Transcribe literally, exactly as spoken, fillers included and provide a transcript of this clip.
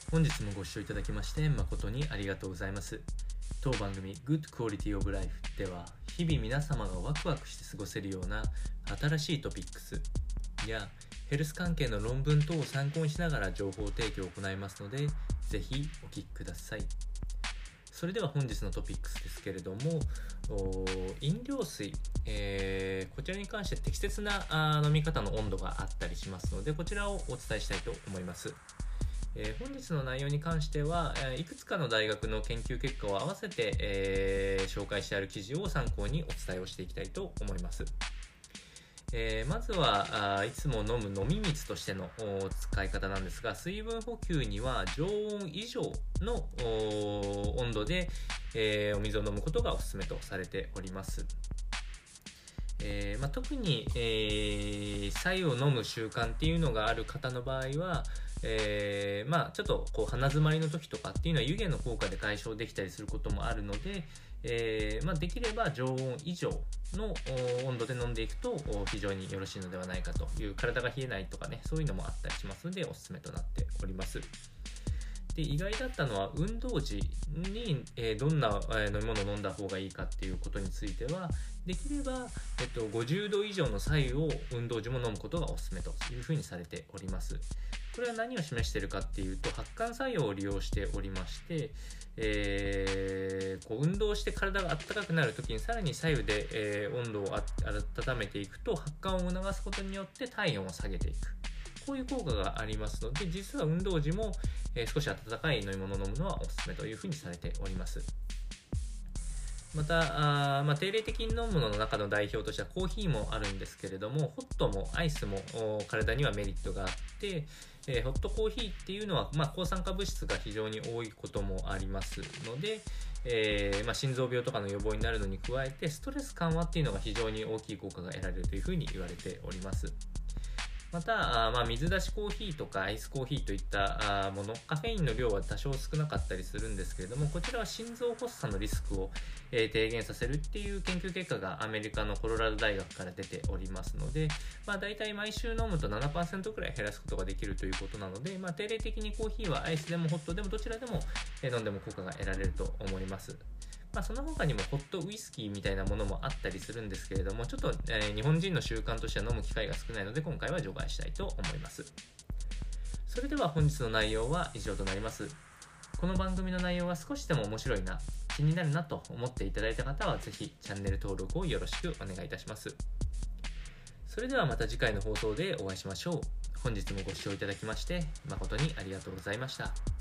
本日もご視聴いただきまして誠にありがとうございます。当番組 Good Quality of Life では日々皆様がワクワクして過ごせるような新しいトピックスやヘルス関係の論文等を参考にしながら情報提供を行いますので、ぜひお聞きください。それでは本日のトピックスですけれども、飲料水、えー、こちらに関して適切な飲み方の温度があったりしますので、こちらをお伝えしたいと思います。えー、本日の内容に関しては、えー、いくつかの大学の研究結果を合わせて、えー、紹介してある記事を参考にお伝えをしていきたいと思います。えー、まずはあいつも飲む飲み水としての使い方なんですが、水分補給には常温以上の温度で、えー、お水を飲むことがお勧めとされております。えーまあ、特に、えー、白湯を飲む習慣っていうのがある方の場合は、えーまあ、ちょっとこう鼻詰まりの時とかっていうのは湯気の効果で解消できたりすることもあるので、えーまあ、できれば常温以上の温度で飲んでいくと非常によろしいのではないかという、体が冷えないとかね、そういうのもあったりしますのでおすすめとなっております。で、意外だったのは運動時に、えー、どんな、えー、飲み物を飲んだ方がいいかっていうことについては、できれば、えっと、ごじゅうど以上の白湯を運動時も飲むことがおすすめというふうにされております。これは何を示しているかっていうと、発汗作用を利用しておりまして、えー、こう運動して体が温かくなるときにさらに白湯で、えー、温度を温めていくと、発汗を促すことによって体温を下げていく、こういう効果がありますので、実は運動時も、えー、少し温かい飲み物を飲むのはおすすめというふうにされております。また、あまあ、定例的に飲むものの中の代表としてはコーヒーもあるんですけれども、ホットもアイスも体にはメリットがあって、えー、ホットコーヒーっていうのは、まあ、抗酸化物質が非常に多いこともありますので、えーまあ、心臓病とかの予防になるのに加えて、ストレス緩和っていうのが非常に大きい効果が得られるというふうに言われております。また、あまあ、水出しコーヒーとかアイスコーヒーといったもの、カフェインの量は多少少なかったりするんですけれども、こちらは心臓発作のリスクを、えー、低減させるっていう研究結果がアメリカのコロラド大学から出ておりますので、まあ、大体毎週飲むと ななパーセント くらい減らすことができるということなので、まあ、定例的にコーヒーはアイスでもホットでもどちらでも飲んでも効果が得られると思います。まあ、その他にもホットウイスキーみたいなものもあったりするんですけれども、ちょっと、えー、日本人の習慣としては飲む機会が少ないので、今回は除外したいと思います。それでは本日の内容は以上となります。この番組の内容が少しでも面白いな、気になるなと思っていただいた方は、ぜひチャンネル登録をよろしくお願いいたします。それではまた次回の放送でお会いしましょう。本日もご視聴いただきまして誠にありがとうございました。